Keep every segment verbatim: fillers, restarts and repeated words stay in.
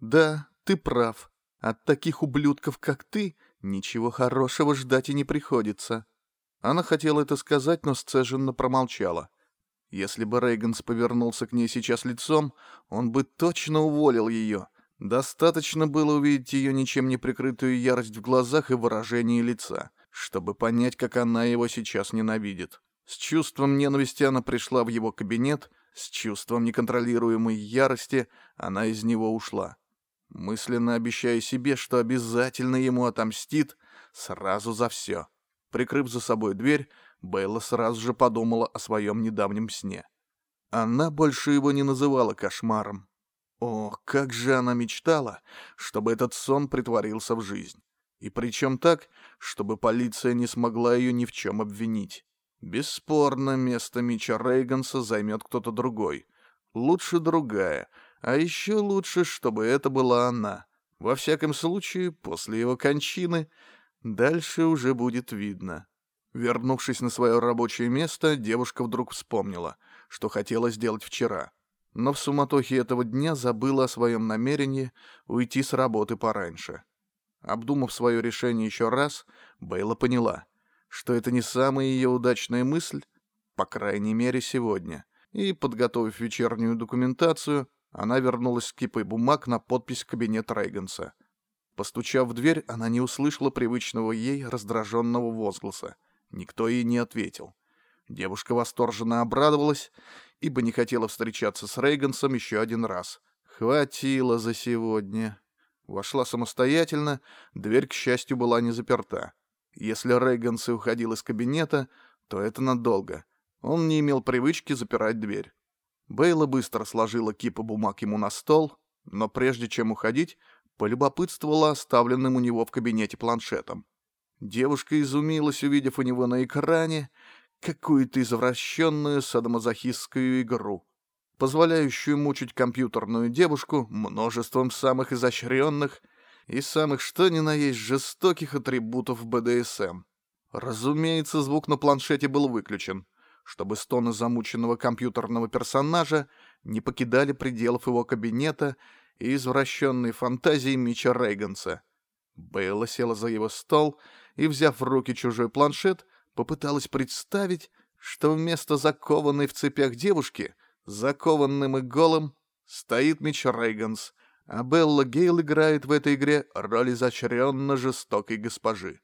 Да, ты прав. От таких ублюдков, как ты, ничего хорошего ждать и не приходится. Она хотела это сказать, но сцеженно промолчала. Если бы Рейганс повернулся к ней сейчас лицом, он бы точно уволил ее. Достаточно было увидеть ее ничем не прикрытую ярость в глазах и выражении лица, чтобы понять, как она его сейчас ненавидит. С чувством ненависти она пришла в его кабинет, с чувством неконтролируемой ярости она из него ушла, мысленно обещая себе, что обязательно ему отомстит сразу за все. Прикрыв за собой дверь, Бейла сразу же подумала о своем недавнем сне. Она больше его не называла кошмаром. О, как же она мечтала, чтобы этот сон притворился в жизнь. И причем так, чтобы полиция не смогла ее ни в чем обвинить. Бесспорно, место Митча Рейганса займет кто-то другой. Лучше другая, а еще лучше, чтобы это была она. Во всяком случае, после его кончины дальше уже будет видно. Вернувшись на свое рабочее место, девушка вдруг вспомнила, что хотела сделать вчера. Но в суматохе этого дня забыла о своем намерении уйти с работы пораньше. Обдумав свое решение еще раз, Бейла поняла, что это не самая ее удачная мысль, по крайней мере сегодня, и, подготовив вечернюю документацию, она вернулась с кипой бумаг на подпись в кабинет Рейганса. Постучав в дверь, она не услышала привычного ей раздраженного возгласа. Никто ей не ответил. Девушка восторженно обрадовалась, ибо не хотела встречаться с Рейгансом еще один раз. Хватило за сегодня. Вошла самостоятельно, дверь, к счастью, была не заперта. Если Рейганс и уходил из кабинета, то это надолго. Он не имел привычки запирать дверь. Бейла быстро сложила кипу бумаг ему на стол, но прежде чем уходить, полюбопытствовала оставленным у него в кабинете планшетом. Девушка изумилась, увидев у него на экране какую-то извращенную садомазохистскую игру, позволяющую мучить компьютерную девушку множеством самых изощренных и самых что ни на есть жестоких атрибутов бэ дэ эс эм. Разумеется, звук на планшете был выключен, чтобы стоны замученного компьютерного персонажа не покидали пределов его кабинета и извращенной фантазии Митча Рейганса. Бейла села за его стол и, взяв в руки чужой планшет, попыталась представить, что вместо закованной в цепях девушки, закованным и голым, стоит Митч Рейганс, а Белла Гейл играет в этой игре роль изощренно жестокой госпожи.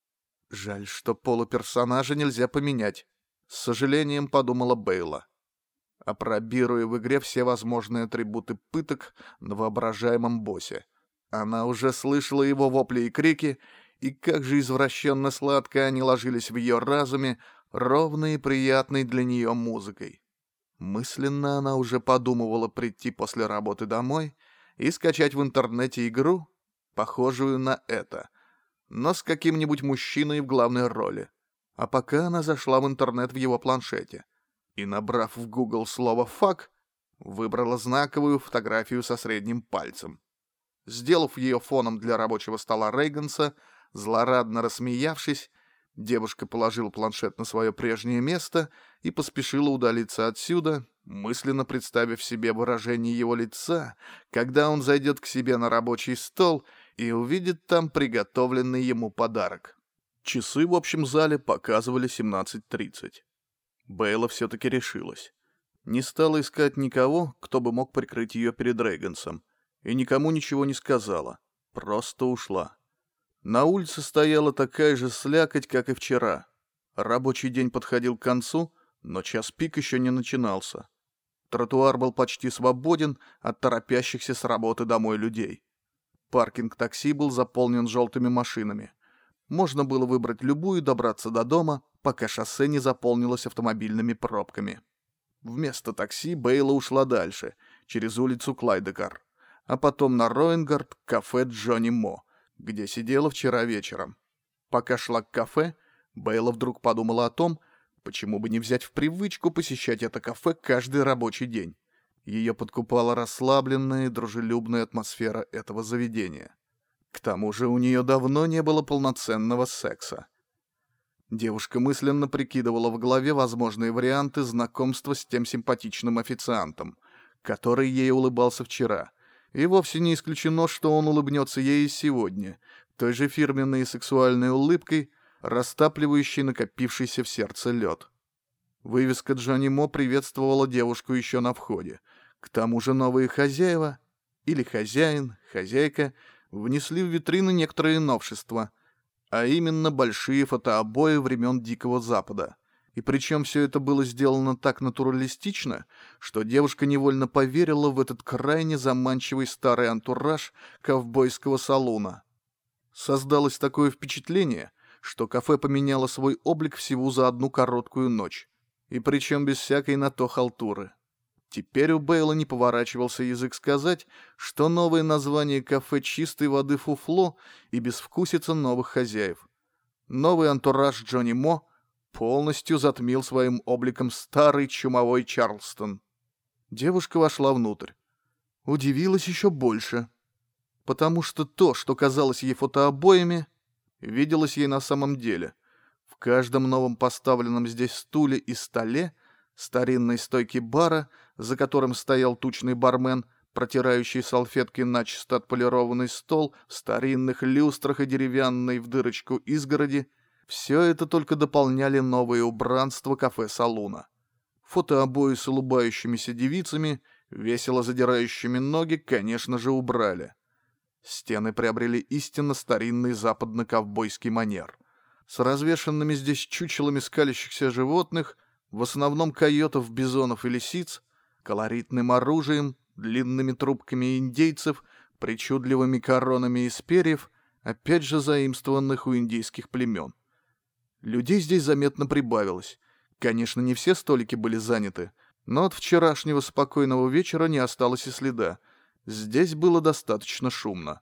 Жаль, что полуперсонажа нельзя поменять, с сожалением подумала Бейла, апробируя в игре все возможные атрибуты пыток на воображаемом боссе. Она уже слышала его вопли и крики, и как же извращенно сладко они ложились в ее разуме, ровной и приятной для нее музыкой. Мысленно она уже подумывала прийти после работы домой и скачать в интернете игру, похожую на это, но с каким-нибудь мужчиной в главной роли. А пока она зашла в интернет в его планшете и, набрав в Google слово «фак», выбрала знаковую фотографию со средним пальцем. Сделав ее фоном для рабочего стола Рейганса, злорадно рассмеявшись, девушка положила планшет на свое прежнее место и поспешила удалиться отсюда, мысленно представив себе выражение его лица, когда он зайдет к себе на рабочий стол и увидит там приготовленный ему подарок. Часы в общем зале показывали семнадцать тридцать. Бейла все-таки решилась. Не стала искать никого, кто бы мог прикрыть ее перед Рейгансом, и никому ничего не сказала, просто ушла. На улице стояла такая же слякоть, как и вчера. Рабочий день подходил к концу, но час пик еще не начинался. Тротуар был почти свободен от торопящихся с работы домой людей. Паркинг такси был заполнен желтыми машинами. Можно было выбрать любую и добраться до дома, пока шоссе не заполнилось автомобильными пробками. Вместо такси Бейла ушла дальше, через улицу Клайдекар, а потом на Роингард к кафе Джонни Мо, где сидела вчера вечером. Пока шла к кафе, Бейла вдруг подумала о том, почему бы не взять в привычку посещать это кафе каждый рабочий день. Ее подкупала расслабленная и дружелюбная атмосфера этого заведения. К тому же у нее давно не было полноценного секса. Девушка мысленно прикидывала в голове возможные варианты знакомства с тем симпатичным официантом, который ей улыбался вчера, И вовсе не исключено, что он улыбнется ей и сегодня, той же фирменной сексуальной улыбкой, растапливающей накопившийся в сердце лед. Вывеска Джонни Мо приветствовала девушку еще на входе. К тому же новые хозяева, или хозяин, хозяйка, внесли в витрины некоторые новшества, а именно большие фотообои времен Дикого Запада. И причем все это было сделано так натуралистично, что девушка невольно поверила в этот крайне заманчивый старый антураж ковбойского салуна. Создалось такое впечатление, что кафе поменяло свой облик всего за одну короткую ночь, и причем без всякой на то халтуры. Теперь у Бейла не поворачивался язык сказать, что новое название кафе чистой воды фуфло и безвкусица новых хозяев. Новый антураж Джонни Мо полностью затмил своим обликом старый чумовой Чарльстон. Девушка вошла внутрь. Удивилась еще больше, потому что то, что казалось ей фотообоями, виделось ей на самом деле. В каждом новом поставленном здесь стуле и столе, старинной стойке бара, за которым стоял тучный бармен, протирающий салфетки начисто отполированный стол, в старинных люстрах и деревянной в дырочку изгороди, все это только дополняли новые убранства кафе-салуна. Фотообои с улыбающимися девицами, весело задирающими ноги, конечно же, убрали. Стены приобрели истинно старинный западно-ковбойский манер. С развешанными здесь чучелами скалящихся животных, в основном койотов, бизонов и лисиц, колоритным оружием, длинными трубками индейцев, причудливыми коронами из перьев, опять же заимствованных у индейских племен. Людей здесь заметно прибавилось. Конечно, не все столики были заняты, но от вчерашнего спокойного вечера не осталось и следа. Здесь было достаточно шумно.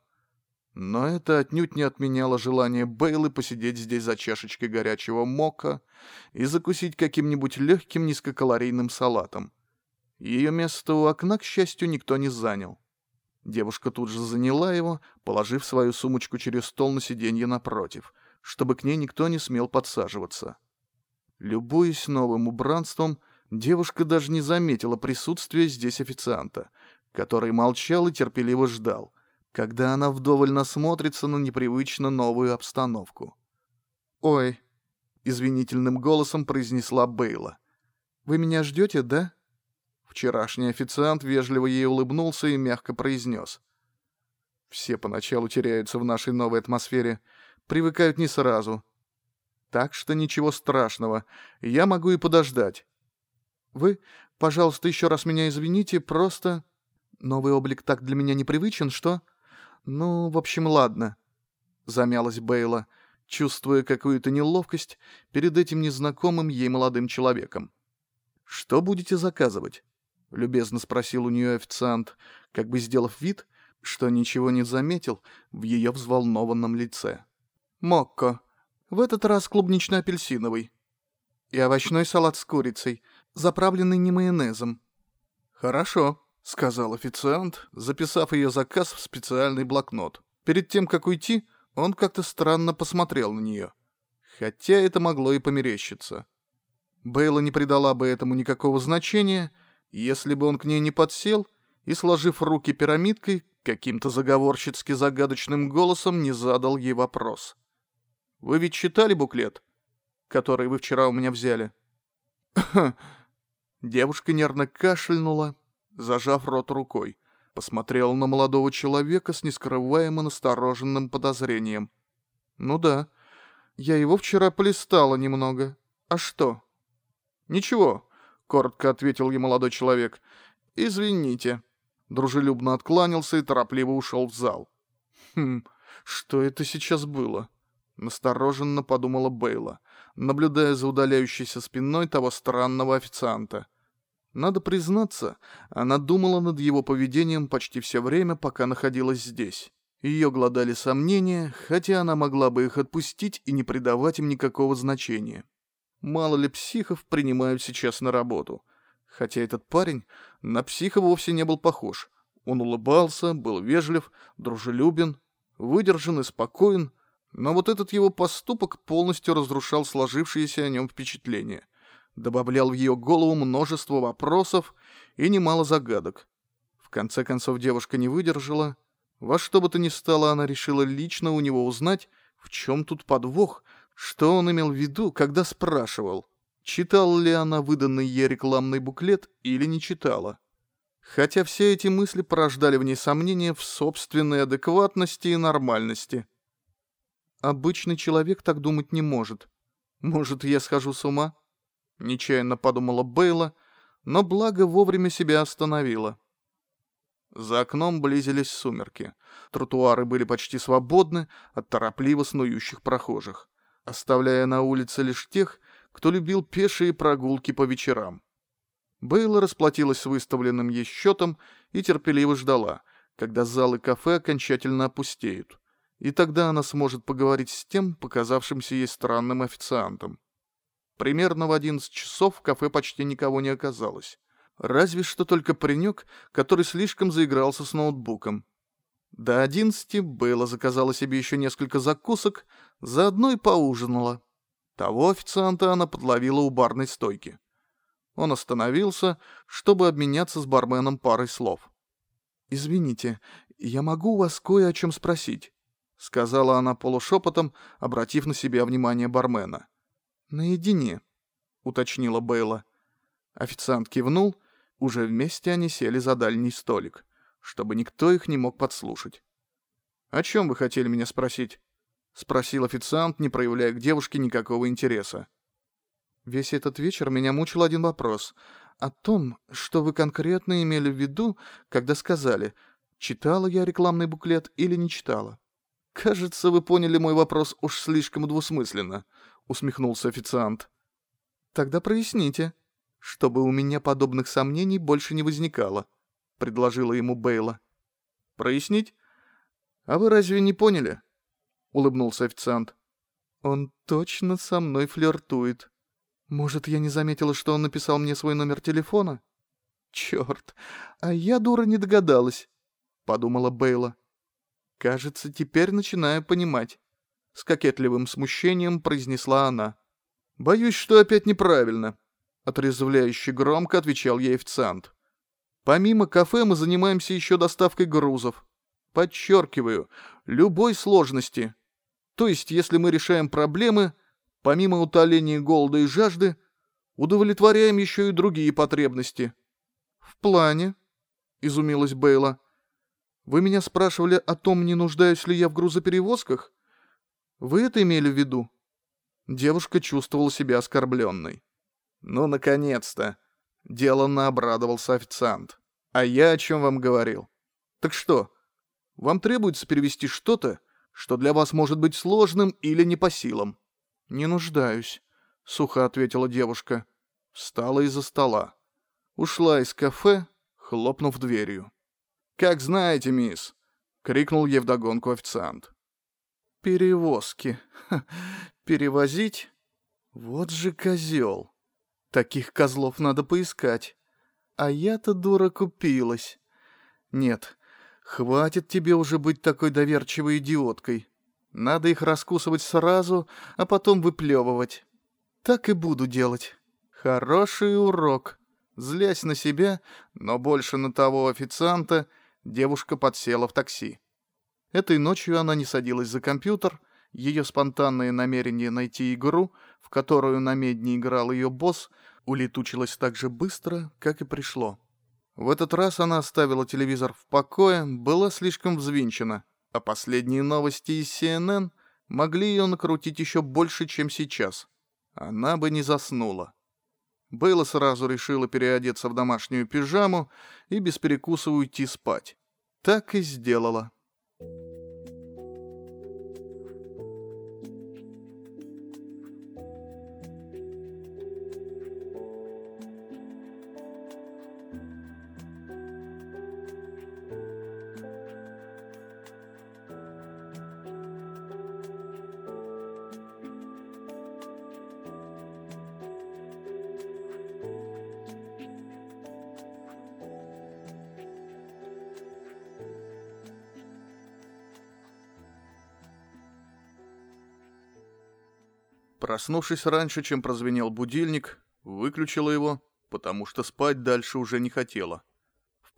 Но это отнюдь не отменяло желание Бейлы посидеть здесь за чашечкой горячего мока и закусить каким-нибудь легким низкокалорийным салатом. Ее место у окна, к счастью, никто не занял. Девушка тут же заняла его, положив свою сумочку через стол на сиденье напротив, чтобы к ней никто не смел подсаживаться. Любуясь новым убранством, девушка даже не заметила присутствия здесь официанта, который молчал и терпеливо ждал, когда она вдоволь насмотрится на непривычно новую обстановку. «Ой», — извинительным голосом произнесла Бейла, — «вы меня ждете, да?» Вчерашний официант вежливо ей улыбнулся и мягко произнес: «Все поначалу теряются в нашей новой атмосфере, привыкают не сразу. Так что ничего страшного, я могу и подождать. Вы, пожалуйста, еще раз меня извините, просто... Новый облик так для меня непривычен, что... Ну, в общем, ладно», — замялась Бейла, чувствуя какую-то неловкость перед этим незнакомым ей молодым человеком. «Что будете заказывать?» — любезно спросил у нее официант, как бы сделав вид, что ничего не заметил в ее взволнованном лице. «Мокко. В этот раз клубнично-апельсиновый. И овощной салат с курицей, заправленный не майонезом». «Хорошо», — сказал официант, записав ее заказ в специальный блокнот. Перед тем, как уйти, он как-то странно посмотрел на нее. Хотя это могло и померещиться. Бейла не придала бы этому никакого значения, если бы он к ней не подсел и, сложив руки пирамидкой, каким-то заговорщицки загадочным голосом не задал ей вопрос. «Вы ведь читали буклет, который вы вчера у меня взяли?» Девушка нервно кашлянула, зажав рот рукой, посмотрела на молодого человека с нескрываемо настороженным подозрением. «Ну да, я его вчера полистала немного. А что?» «Ничего», — коротко ответил ей молодой человек. «Извините». Дружелюбно откланялся и торопливо ушел в зал. «Хм, что это сейчас было?» — настороженно подумала Бейла, наблюдая за удаляющейся спиной того странного официанта. Надо признаться, она думала над его поведением почти все время, пока находилась здесь. Ее глодали сомнения, хотя она могла бы их отпустить и не придавать им никакого значения. Мало ли психов принимают сейчас на работу. Хотя этот парень на психа вовсе не был похож. Он улыбался, был вежлив, дружелюбен, выдержан и спокоен, но вот этот его поступок полностью разрушал сложившееся о нем впечатление, добавлял в ее голову множество вопросов и немало загадок. В В конце концов девушка не выдержала. Во что бы то ни стало, она решила лично у него узнать, в чем тут подвох, что он имел в виду, когда спрашивал, читала ли она выданный ей рекламный буклет или не читала. Хотя все эти мысли порождали в ней сомнения в собственной адекватности и нормальности. Обычный человек так думать не может. Может, я схожу с ума? Нечаянно подумала Бейла, но благо вовремя себя остановила. За окном близились сумерки. Тротуары были почти свободны от торопливо снующих прохожих, оставляя на улице лишь тех, кто любил пешие прогулки по вечерам. Бейла расплатилась с выставленным ей счетом и терпеливо ждала, когда залы кафе окончательно опустеют, и тогда она сможет поговорить с тем, показавшимся ей странным официантом. Примерно в одиннадцать часов в кафе почти никого не оказалось. Разве что только паренек, который слишком заигрался с ноутбуком. До одиннадцати Бейла заказала себе еще несколько закусок, заодно и поужинала. Того официанта она подловила у барной стойки. Он остановился, чтобы обменяться с барменом парой слов. «Извините, я могу у вас кое о чем спросить?» — сказала она полушепотом, обратив на себя внимание бармена. «Наедине», — уточнила Бейла. Официант кивнул, уже вместе они сели за дальний столик, чтобы никто их не мог подслушать. «О чем вы хотели меня спросить?» — спросил официант, не проявляя к девушке никакого интереса. «Весь этот вечер меня мучил один вопрос. О том, что вы конкретно имели в виду, когда сказали, читала я рекламный буклет или не читала». «Кажется, вы поняли мой вопрос уж слишком двусмысленно», — усмехнулся официант. «Тогда проясните, чтобы у меня подобных сомнений больше не возникало», — предложила ему Бейла. «Прояснить? А вы разве не поняли?» — улыбнулся официант. «Он точно со мной флиртует. Может, я не заметила, что он написал мне свой номер телефона? Черт, а я, дура, не догадалась», — подумала Бейла. «Кажется, теперь начинаю понимать», — с кокетливым смущением произнесла она. «Боюсь, что опять неправильно», — отрезвляюще громко отвечал ей официант. «Помимо кафе мы занимаемся еще доставкой грузов. Подчеркиваю, любой сложности. То есть, если мы решаем проблемы, помимо утоления голода и жажды, удовлетворяем еще и другие потребности». «В плане?» — изумилась Бейла. «Вы меня спрашивали о том, не нуждаюсь ли я в грузоперевозках? Вы это имели в виду?» Девушка чувствовала себя оскорбленной. «Ну, наконец-то!» — деланно обрадовался официант. «А я о чем вам говорил? Так что, вам требуется перевести что-то, что для вас может быть сложным или не по силам?» «Не нуждаюсь», — сухо ответила девушка. Встала из-за стола. Ушла из кафе, хлопнув дверью. «Как знаете, мисс!» — крикнул ей вдогонку официант. «Перевозки. Ха, перевозить? Вот же козел. Таких козлов надо поискать. А я-то, дура, купилась. Нет, хватит тебе уже быть такой доверчивой идиоткой. Надо их раскусывать сразу, а потом выплевывать. Так и буду делать. Хороший урок». Злясь на себя, но больше на того официанта, девушка подсела в такси. Этой ночью она не садилась за компьютер, ее спонтанное намерение найти игру, в которую на медне играл ее босс, улетучилось так же быстро, как и пришло. В этот раз она оставила телевизор в покое, была слишком взвинчена, а последние новости из си эн эн могли ее накрутить еще больше, чем сейчас. Она бы не заснула. Бейла сразу решила переодеться в домашнюю пижаму и без перекуса уйти спать. Так и сделала. Проснувшись раньше, чем прозвенел будильник, выключила его, потому что спать дальше уже не хотела. В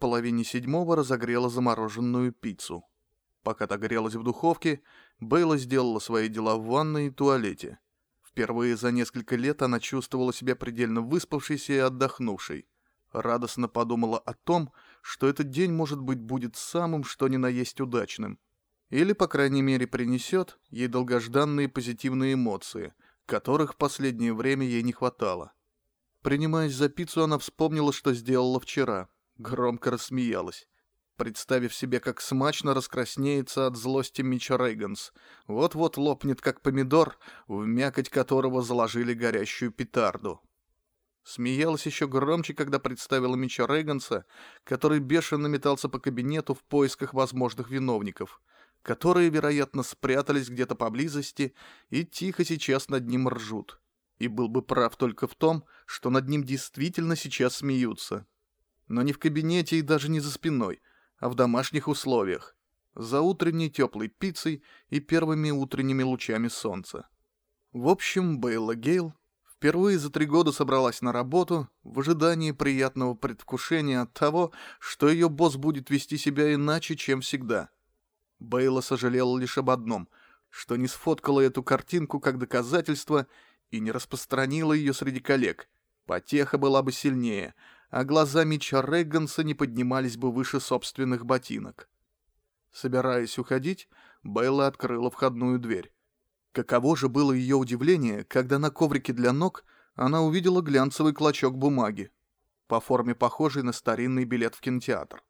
половине седьмого разогрела замороженную пиццу. Пока та грелась в духовке, Бейла сделала свои дела в ванной и туалете. Впервые за несколько лет она чувствовала себя предельно выспавшейся и отдохнувшей. Радостно подумала о том, что этот день, может быть, будет самым что ни на есть удачным. Или, по крайней мере, принесет ей долгожданные позитивные эмоции, которых в последнее время ей не хватало. Принимаясь за пиццу, она вспомнила, что сделала вчера. Громко рассмеялась, представив себе, как смачно раскраснеется от злости Митч Рейганс. Вот-вот лопнет, как помидор, в мякоть которого заложили горящую петарду. Смеялась еще громче, когда представила Митча Рейганса, который бешено метался по кабинету в поисках возможных виновников, которые, вероятно, спрятались где-то поблизости и тихо сейчас над ним ржут. И был бы прав только в том, что над ним действительно сейчас смеются. Но не в кабинете и даже не за спиной, а в домашних условиях, за утренней теплой пиццей и первыми утренними лучами солнца. В общем, Бейла Гейл впервые за три года собралась на работу в ожидании приятного предвкушения от того, что ее босс будет вести себя иначе, чем всегда. Бейла сожалела лишь об одном, что не сфоткала эту картинку как доказательство и не распространила ее среди коллег. Потеха была бы сильнее, а глаза Митча Рейганса не поднимались бы выше собственных ботинок. Собираясь уходить, Бейла открыла входную дверь. Каково же было ее удивление, когда на коврике для ног она увидела глянцевый клочок бумаги, по форме похожий на старинный билет в кинотеатр.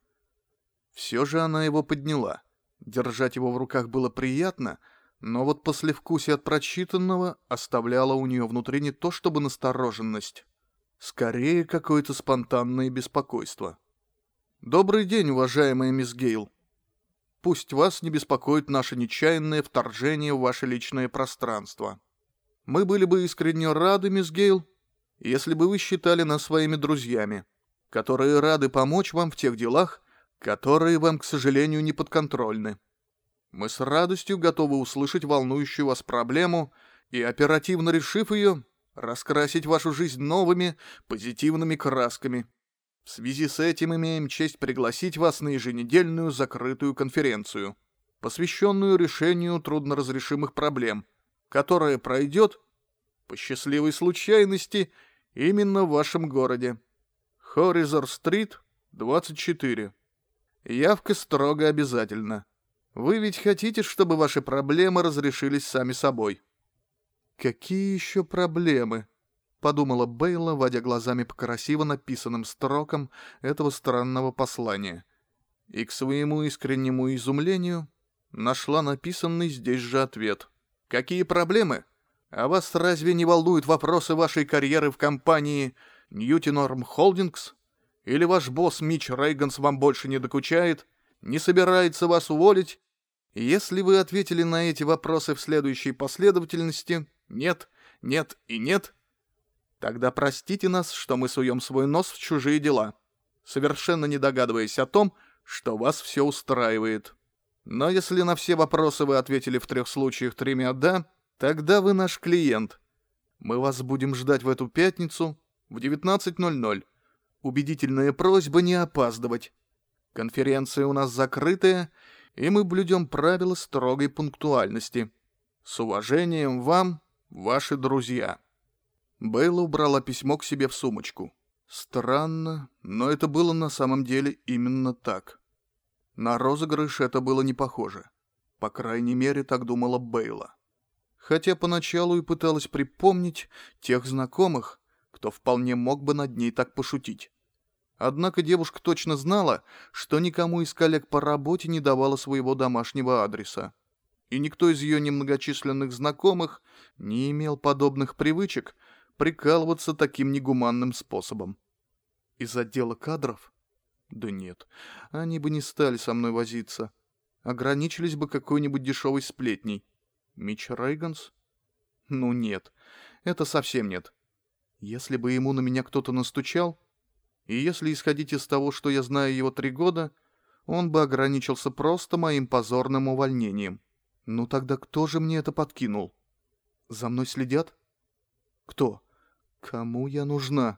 Все же она его подняла. Держать его в руках было приятно, но вот послевкусие от прочитанного оставляло у нее внутри не то чтобы настороженность, скорее какое-то спонтанное беспокойство. «Добрый день, уважаемая мисс Гейл. Пусть вас не беспокоит наше нечаянное вторжение в ваше личное пространство. Мы были бы искренне рады, мисс Гейл, если бы вы считали нас своими друзьями, которые рады помочь вам в тех делах, которые вам, к сожалению, не подконтрольны. Мы с радостью готовы услышать волнующую вас проблему и, оперативно решив ее, раскрасить вашу жизнь новыми, позитивными красками. В связи с этим имеем честь пригласить вас на еженедельную закрытую конференцию, посвященную решению трудноразрешимых проблем, которая пройдет, по счастливой случайности, именно в вашем городе. Хоризор-стрит, двадцать четыре. Явка строго обязательна. Вы ведь хотите, чтобы ваши проблемы разрешились сами собой?» «Какие еще проблемы?» — подумала Бейла, водя глазами по красиво написанным строкам этого странного послания. И к своему искреннему изумлению нашла написанный здесь же ответ. «Какие проблемы? А вас разве не волнуют вопросы вашей карьеры в компании Ньюти-Норм Холдингс? Или ваш босс Митч Рейганс вам больше не докучает, не собирается вас уволить? Если вы ответили на эти вопросы в следующей последовательности «нет», «нет» и «нет», тогда простите нас, что мы суем свой нос в чужие дела, совершенно не догадываясь о том, что вас все устраивает. Но если на все вопросы вы ответили в трех случаях тремя «да», тогда вы наш клиент. Мы вас будем ждать в эту пятницу в девятнадцать ноль ноль. Убедительная просьба не опаздывать. Конференция у нас закрытая, и мы блюдем правила строгой пунктуальности. С уважением вам, ваши друзья». Бейла убрала письмо к себе в сумочку. Странно, но это было на самом деле именно так. На розыгрыш это было не похоже. По крайней мере, так думала Бейла. Хотя поначалу и пыталась припомнить тех знакомых, кто вполне мог бы над ней так пошутить. Однако девушка точно знала, что никому из коллег по работе не давала своего домашнего адреса. И никто из ее немногочисленных знакомых не имел подобных привычек прикалываться таким негуманным способом. Из отдела кадров? Да нет, они бы не стали со мной возиться. Ограничились бы какой-нибудь дешевой сплетней. Митч Рейганс? Ну нет, это совсем нет. Если бы ему на меня кто-то настучал, и если исходить из того, что я знаю его три года, он бы ограничился просто моим позорным увольнением. Ну тогда кто же мне это подкинул? За мной следят? Кто? Кому я нужна?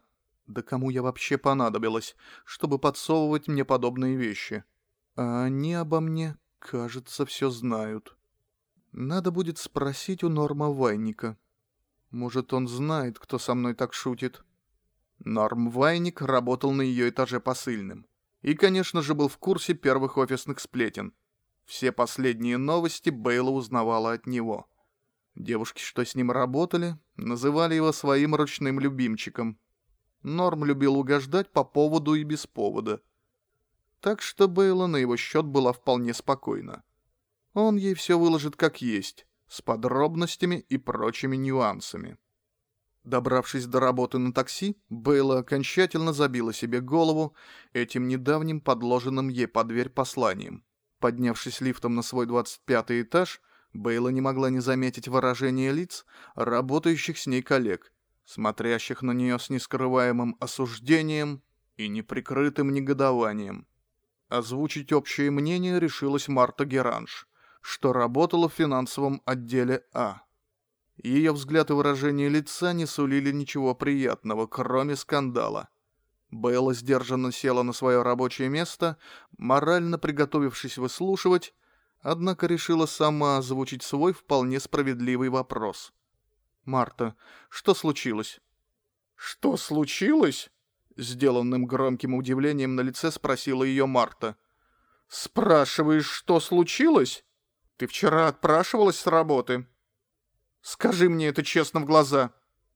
Да кому я вообще понадобилась, чтобы подсовывать мне подобные вещи? А они обо мне, кажется, все знают. Надо будет спросить у Норма Вайника. Может, он знает, кто со мной так шутит. Норм Вайник работал на ее этаже посыльным. И, конечно же, был в курсе первых офисных сплетен. Все последние новости Бейла узнавала от него. Девушки, что с ним работали, называли его своим ручным любимчиком. Норм любил угождать по поводу и без повода. Так что Бейла на его счет была вполне спокойна. Он ей все выложит как есть, с подробностями и прочими нюансами. Добравшись до работы на такси, Бейла окончательно забила себе голову этим недавним подложенным ей под дверь посланием. Поднявшись лифтом на свой двадцать пятый этаж, Бейла не могла не заметить выражение лиц работающих с ней коллег, смотрящих на нее с нескрываемым осуждением и неприкрытым негодованием. Озвучить общее мнение решилась Марта Геранж, что работала в финансовом отделе А. Ее взгляд и выражение лица не сулили ничего приятного, кроме скандала. Бейла сдержанно села на свое рабочее место, морально приготовившись выслушивать, однако решила сама озвучить свой вполне справедливый вопрос. «Марта, что случилось?» «Что случилось?» Сделанным громким удивлением на лице спросила ее Марта. «Спрашиваешь, что случилось? Ты вчера отпрашивалась с работы? Скажи мне это честно в глаза».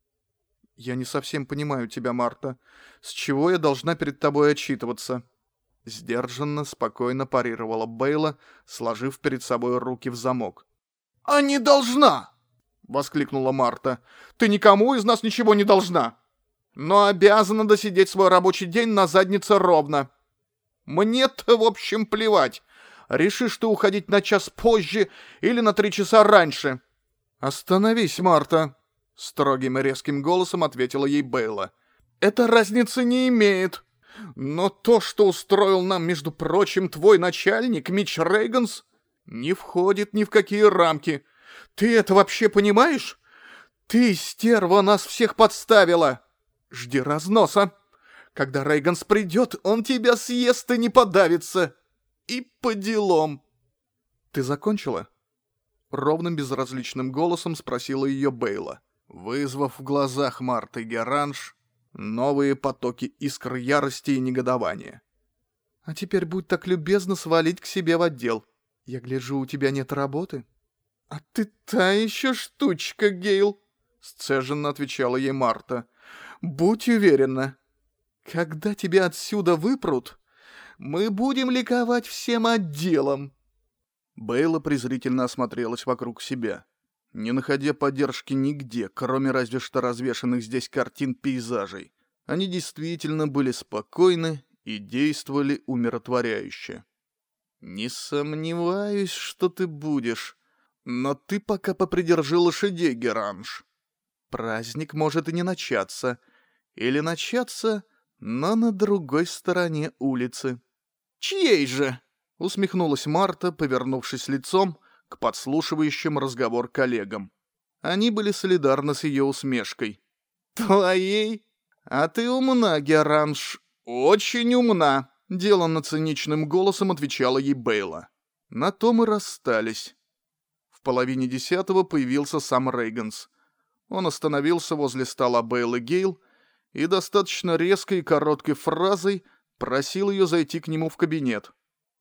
«Я не совсем понимаю тебя, Марта. С чего я должна перед тобой отчитываться?» Сдержанно, спокойно парировала Бейла, сложив перед собой руки в замок. «А не должна!» — воскликнула Марта. «Ты никому из нас ничего не должна, но обязана досидеть свой рабочий день на заднице ровно. Мне-то, в общем, плевать. Решишь ты уходить на час позже или на три часа раньше». «Остановись, Марта!» — строгим и резким голосом ответила ей Бейла. «Это разницы не имеет. Но то, что устроил нам, между прочим, твой начальник, Митч Рейганс, не входит ни в какие рамки. Ты это вообще понимаешь? Ты, стерва, нас всех подставила. Жди разноса. Когда Рейганс придет, он тебя съест и не подавится. И по делам». «Ты закончила?» Ровным безразличным голосом спросила ее Бейла, вызвав в глазах Марты Геранж новые потоки искр ярости и негодования. «А теперь будь так любезна свалить к себе в отдел. Я гляжу, у тебя нет работы». «А ты та еще штучка, Гейл», — сцеженно отвечала ей Марта. «Будь уверена, когда тебя отсюда выпрут, мы будем ликовать всем отделом». Бейла презрительно осмотрелась вокруг себя, не находя поддержки нигде, кроме разве что развешанных здесь картин пейзажей. Они действительно были спокойны и действовали умиротворяюще. «Не сомневаюсь, что ты будешь, но ты пока попридержи лошадей, Геранж. Праздник может и не начаться, или начаться, но на другой стороне улицы». «Чьей же?» — усмехнулась Марта, повернувшись лицом к подслушивающим разговор коллегам. Они были солидарны с ее усмешкой. «Твоей? А ты умна, Геранж, очень умна», — деланно циничным голосом отвечала ей Бейла. На том и расстались. В половине десятого появился сам Рейганс. Он остановился возле стола Бейлы Гейл и достаточно резкой и короткой фразой просил ее зайти к нему в кабинет.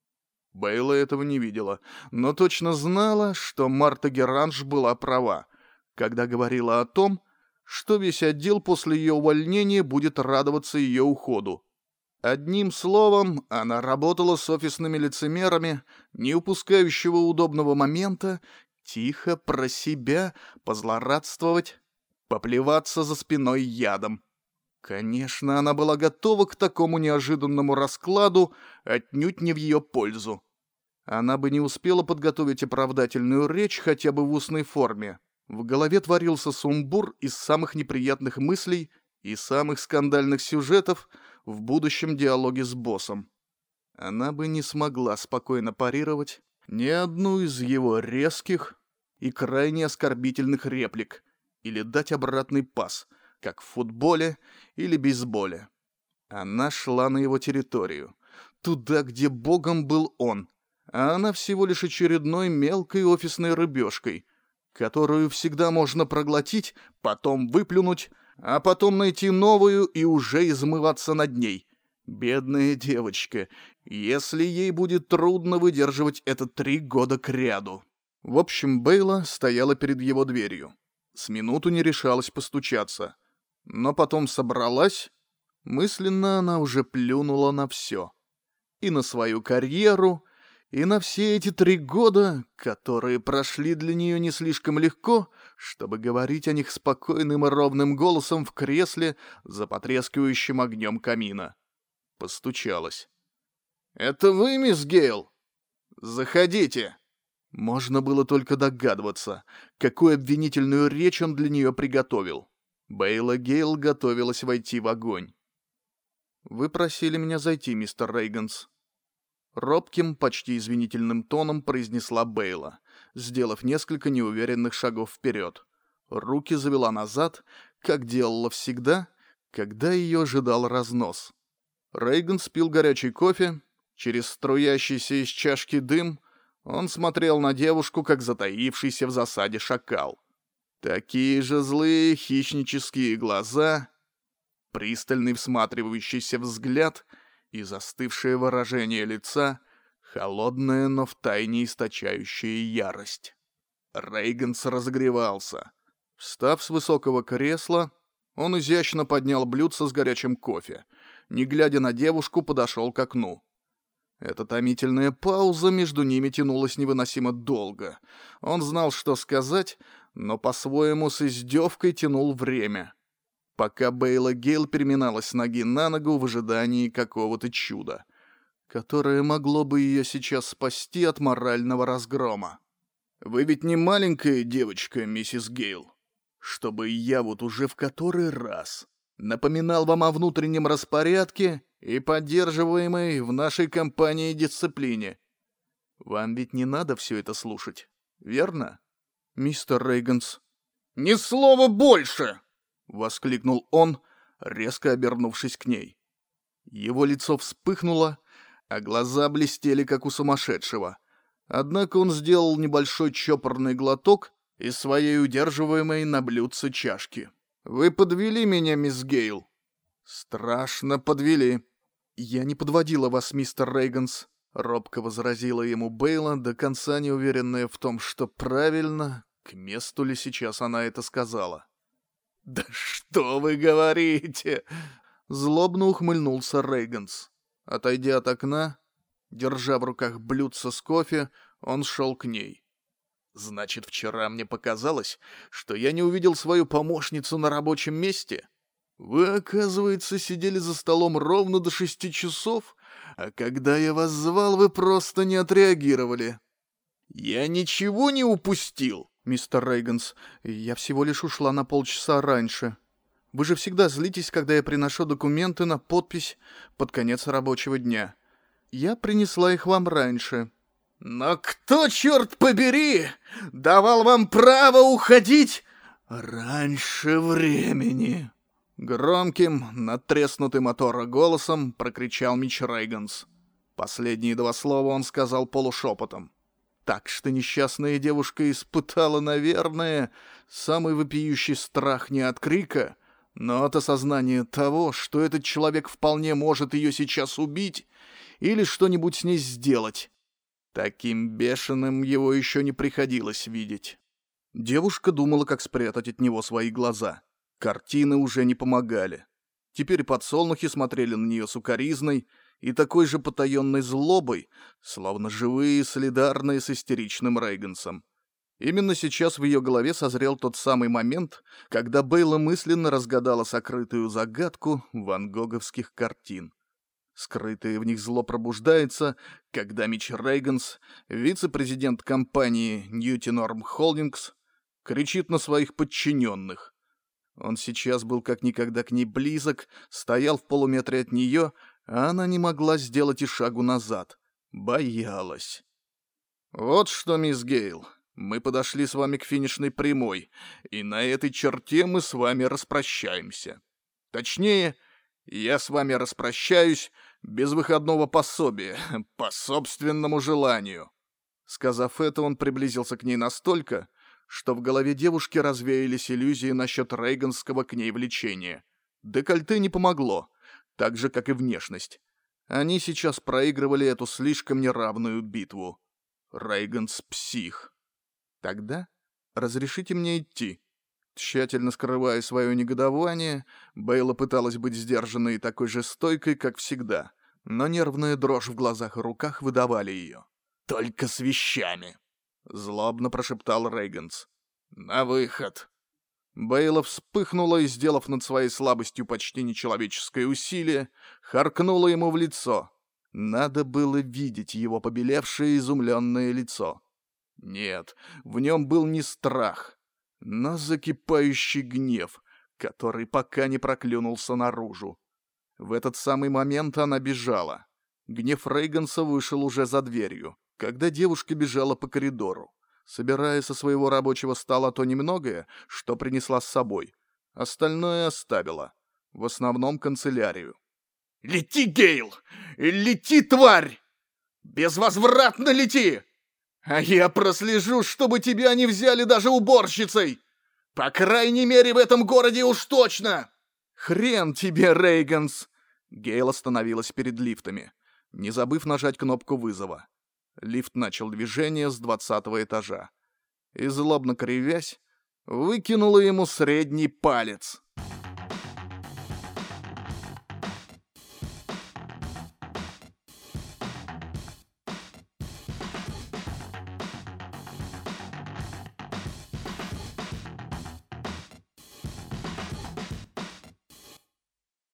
Бейла этого не видела, но точно знала, что Марта Геранж была права, когда говорила о том, что весь отдел после ее увольнения будет радоваться ее уходу. Одним словом, она работала с офисными лицемерами, не упускающего удобного момента, тихо про себя позлорадствовать, поплеваться за спиной ядом. Конечно, она была готова к такому неожиданному раскладу, отнюдь не в ее пользу. Она бы не успела подготовить оправдательную речь хотя бы в устной форме. В голове творился сумбур из самых неприятных мыслей и самых скандальных сюжетов в будущем диалоге с боссом. Она бы не смогла спокойно парировать ни одну из его резких и крайне оскорбительных реплик или дать обратный пас, как в футболе или бейсболе. Она шла на его территорию, туда, где богом был он, а она всего лишь очередной мелкой офисной рыбешкой, которую всегда можно проглотить, потом выплюнуть, а потом найти новую и уже измываться над ней. Бедная девочка, если ей будет трудно выдерживать это три года кряду. В общем, Бейла стояла перед его дверью. С минуту не решалась постучаться, но потом собралась. Мысленно она уже плюнула на все. И на свою карьеру, и на все эти три года, которые прошли для нее не слишком легко, чтобы говорить о них спокойным и ровным голосом в кресле за потрескивающим огнем камина. Постучалась. «Это вы, мисс Гейл? Заходите!» Можно было только догадываться, какую обвинительную речь он для нее приготовил. Бейла Гейл готовилась войти в огонь. «Вы просили меня зайти, мистер Рейганс». Робким, почти извинительным тоном произнесла Бейла, сделав несколько неуверенных шагов вперед. Руки завела назад, как делала всегда, когда ее ожидал разнос. Рейганс пил горячий кофе. Через струящийся из чашки дым он смотрел на девушку, как затаившийся в засаде шакал. Такие же злые хищнические глаза, пристальный всматривающийся взгляд и застывшее выражение лица, холодное, но втайне источающее ярость. Рейганс разогревался. Встав с высокого кресла, он изящно поднял блюдце с горячим кофе. Не глядя на девушку, подошел к окну. Эта томительная пауза между ними тянулась невыносимо долго. Он знал, что сказать, но по-своему с издевкой тянул время, пока Бейла Гейл переминалась с ноги на ногу в ожидании какого-то чуда, которое могло бы ее сейчас спасти от морального разгрома. «Вы ведь не маленькая девочка, миссис Гейл, чтобы я вот уже в который раз напоминал вам о внутреннем распорядке и поддерживаемой в нашей компании дисциплине. Вам ведь не надо все это слушать, верно, мистер Рейганс?» «Ни слова больше!» — воскликнул он, резко обернувшись к ней. Его лицо вспыхнуло, а глаза блестели, как у сумасшедшего. Однако он сделал небольшой чопорный глоток из своей удерживаемой на блюдце чашки. «Вы подвели меня, мисс Гейл?» «Страшно подвели». «Я не подводила вас, мистер Рейганс», — робко возразила ему Бейла, до конца не уверенная в том, что правильно, к месту ли сейчас она это сказала. «Да что вы говорите?» — злобно ухмыльнулся Рейганс. Отойдя от окна, держа в руках блюдце с кофе, он шел к ней. «Значит, вчера мне показалось, что я не увидел свою помощницу на рабочем месте? Вы, оказывается, сидели за столом ровно до шести часов, а когда я вас звал, вы просто не отреагировали. Я ничего не упустил?» «Мистер Рейганс, я всего лишь ушла на полчаса раньше. Вы же всегда злитесь, когда я приношу документы на подпись под конец рабочего дня. Я принесла их вам раньше». «Но кто, черт побери, давал вам право уходить раньше времени?» Громким, надтреснутым от ора голосом прокричал Митч Рейганс. Последние два слова он сказал полушепотом. Так что несчастная девушка испытала, наверное, самый вопиющий страх не от крика, но от осознания того, что этот человек вполне может ее сейчас убить или что-нибудь с ней сделать. Таким бешеным его еще не приходилось видеть. Девушка думала, как спрятать от него свои глаза. Картины уже не помогали. Теперь подсолнухи смотрели на нее сукоризной и такой же потаенной злобой, словно живые, солидарные с истеричным Рейгансом. Именно сейчас в ее голове созрел тот самый момент, когда Бейла мысленно разгадала сокрытую загадку ван Гоговских картин. Скрытое в них зло пробуждается, когда Митч Рейганс, вице-президент компании Ньюти Норм Холдингс, кричит на своих подчиненных. Он сейчас был как никогда к ней близок, стоял в полуметре от нее, а она не могла сделать и шагу назад. Боялась. «Вот что, мисс Гейл, Мы подошли с вами к финишной прямой, и на этой черте мы с вами распрощаемся. Точнее, я с вами распрощаюсь без выходного пособия, по собственному желанию». Сказав это, он приблизился к ней настолько, что в голове девушки развеялись иллюзии насчет рейганского к ней влечения. Декольте не помогло, так же, как и внешность. Они сейчас проигрывали эту слишком неравную битву. Рейганс — псих. «Тогда разрешите мне идти». Тщательно скрывая свое негодование, Бейла пыталась быть сдержанной и такой же стойкой, как всегда, но нервная дрожь в глазах и руках выдавали ее. «Только с вещами», — злобно прошептал Рейганс. «На выход». Бейла вспыхнула и, сделав над своей слабостью почти нечеловеческое усилие, харкнула ему в лицо. Надо было видеть его побелевшее изумленное лицо. Нет, в нем был не страх, но закипающий гнев, который пока не проклюнулся наружу. В этот самый момент она бежала. Гнев Рейганса вышел уже за дверью, когда девушка бежала по коридору, собирая со своего рабочего стола то немногое, что принесла с собой. Остальное оставила, в основном канцелярию. «Лети, Гейл! Лети, тварь! Безвозвратно лети! А я прослежу, чтобы тебя не взяли даже уборщицей! По крайней мере, в этом городе уж точно!» «Хрен тебе, Рейганс!» Гейл остановилась перед лифтами, не забыв нажать кнопку вызова. Лифт начал движение с двадцатого этажа и, злобно кривясь, выкинула ему средний палец.